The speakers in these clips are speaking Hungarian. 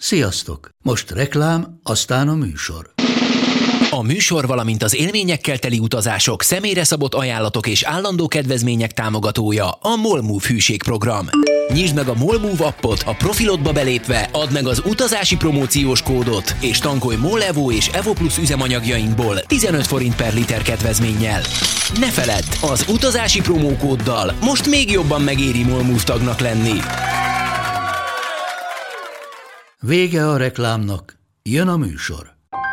Sziasztok! Most reklám, aztán a műsor. A műsor, valamint az élményekkel teli utazások, személyre szabott ajánlatok és állandó kedvezmények támogatója a MOL Move hűségprogram. Nyisd meg a MOL Move appot, a profilodba belépve add meg az utazási promóciós kódot, és tankolj MOL Evo és Evo Plus üzemanyagjainkból 15 forint per liter kedvezménnyel. Ne feledd, az utazási promókóddal most még jobban megéri MOL Move tagnak lenni. Vége a reklámnak, jön a műsor.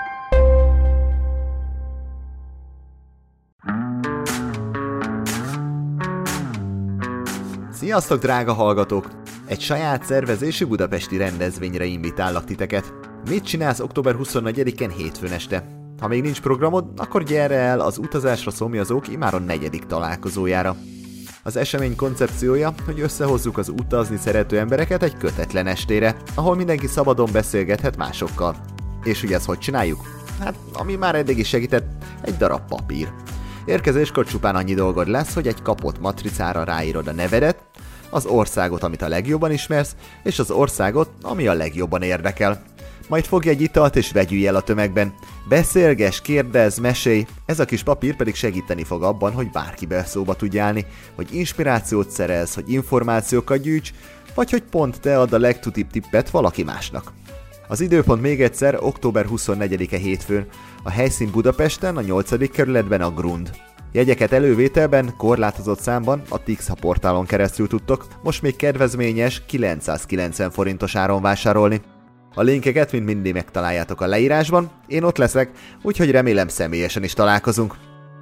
Sziasztok, drága hallgatók! Egy saját szervezésű budapesti rendezvényre invitállak titeket. Mit csinálsz október 24-én hétfőn este? Ha még nincs programod, akkor gyere el az Utazásra Szomjazók imáron 4. találkozójára. Az esemény koncepciója, hogy összehozzuk az utazni szerető embereket egy kötetlen estére, ahol mindenki szabadon beszélgethet másokkal. És hogy ezt hogy csináljuk? Hát, ami már eddig is segített, egy darab papír. Érkezéskor csupán annyi dolgod lesz, hogy egy kapott matricára ráírod a nevedet, az országot, amit a legjobban ismersz, és az országot, ami a legjobban érdekel. Majd fogj egy italt és vegyülj el a tömegben. Beszélgess, kérdezz, mesélj, ez a kis papír pedig segíteni fog abban, hogy bárkivel szóba tudj állni, hogy inspirációt szerezz, hogy információkat gyűjts, vagy hogy pont te add a legtutibb tippet valaki másnak. Az időpont még egyszer október 24-e hétfőn, a helyszín Budapesten, a 8. kerületben a Grund. Jegyeket elővételben, korlátozott számban a Tixa portálon keresztül tudtok, most még kedvezményes 990 forintos áron vásárolni. A linkeket mind mindig megtaláljátok a leírásban, én ott leszek, úgyhogy remélem személyesen is találkozunk.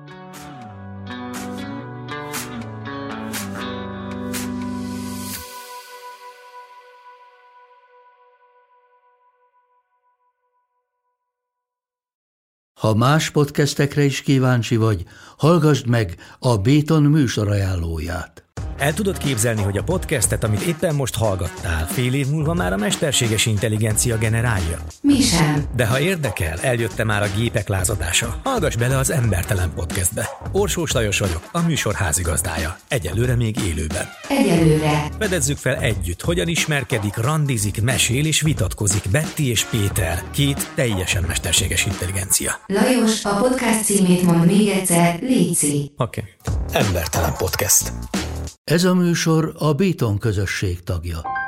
Ha más podcastekre is kíváncsi vagy, hallgassd meg a Béton műsor ajánlóját. El tudod képzelni, hogy a podcastet, amit éppen most hallgattál, fél év múlva már a mesterséges intelligencia generálja? Mi sem. De ha érdekel, eljött már a gépek lázadása. Hallgass bele az Embertelen Podcastbe. Orsós Lajos vagyok, a műsor házigazdája. Egyelőre még élőben. Egyelőre. Fedezzük fel együtt, hogyan ismerkedik, randizik, mesél és vitatkozik Betty és Péter, két teljesen mesterséges intelligencia. Lajos, a podcast címét mond még egyszer, léci. Oké. Embertelen Podcast. Ez a műsor a Béton közösség tagja.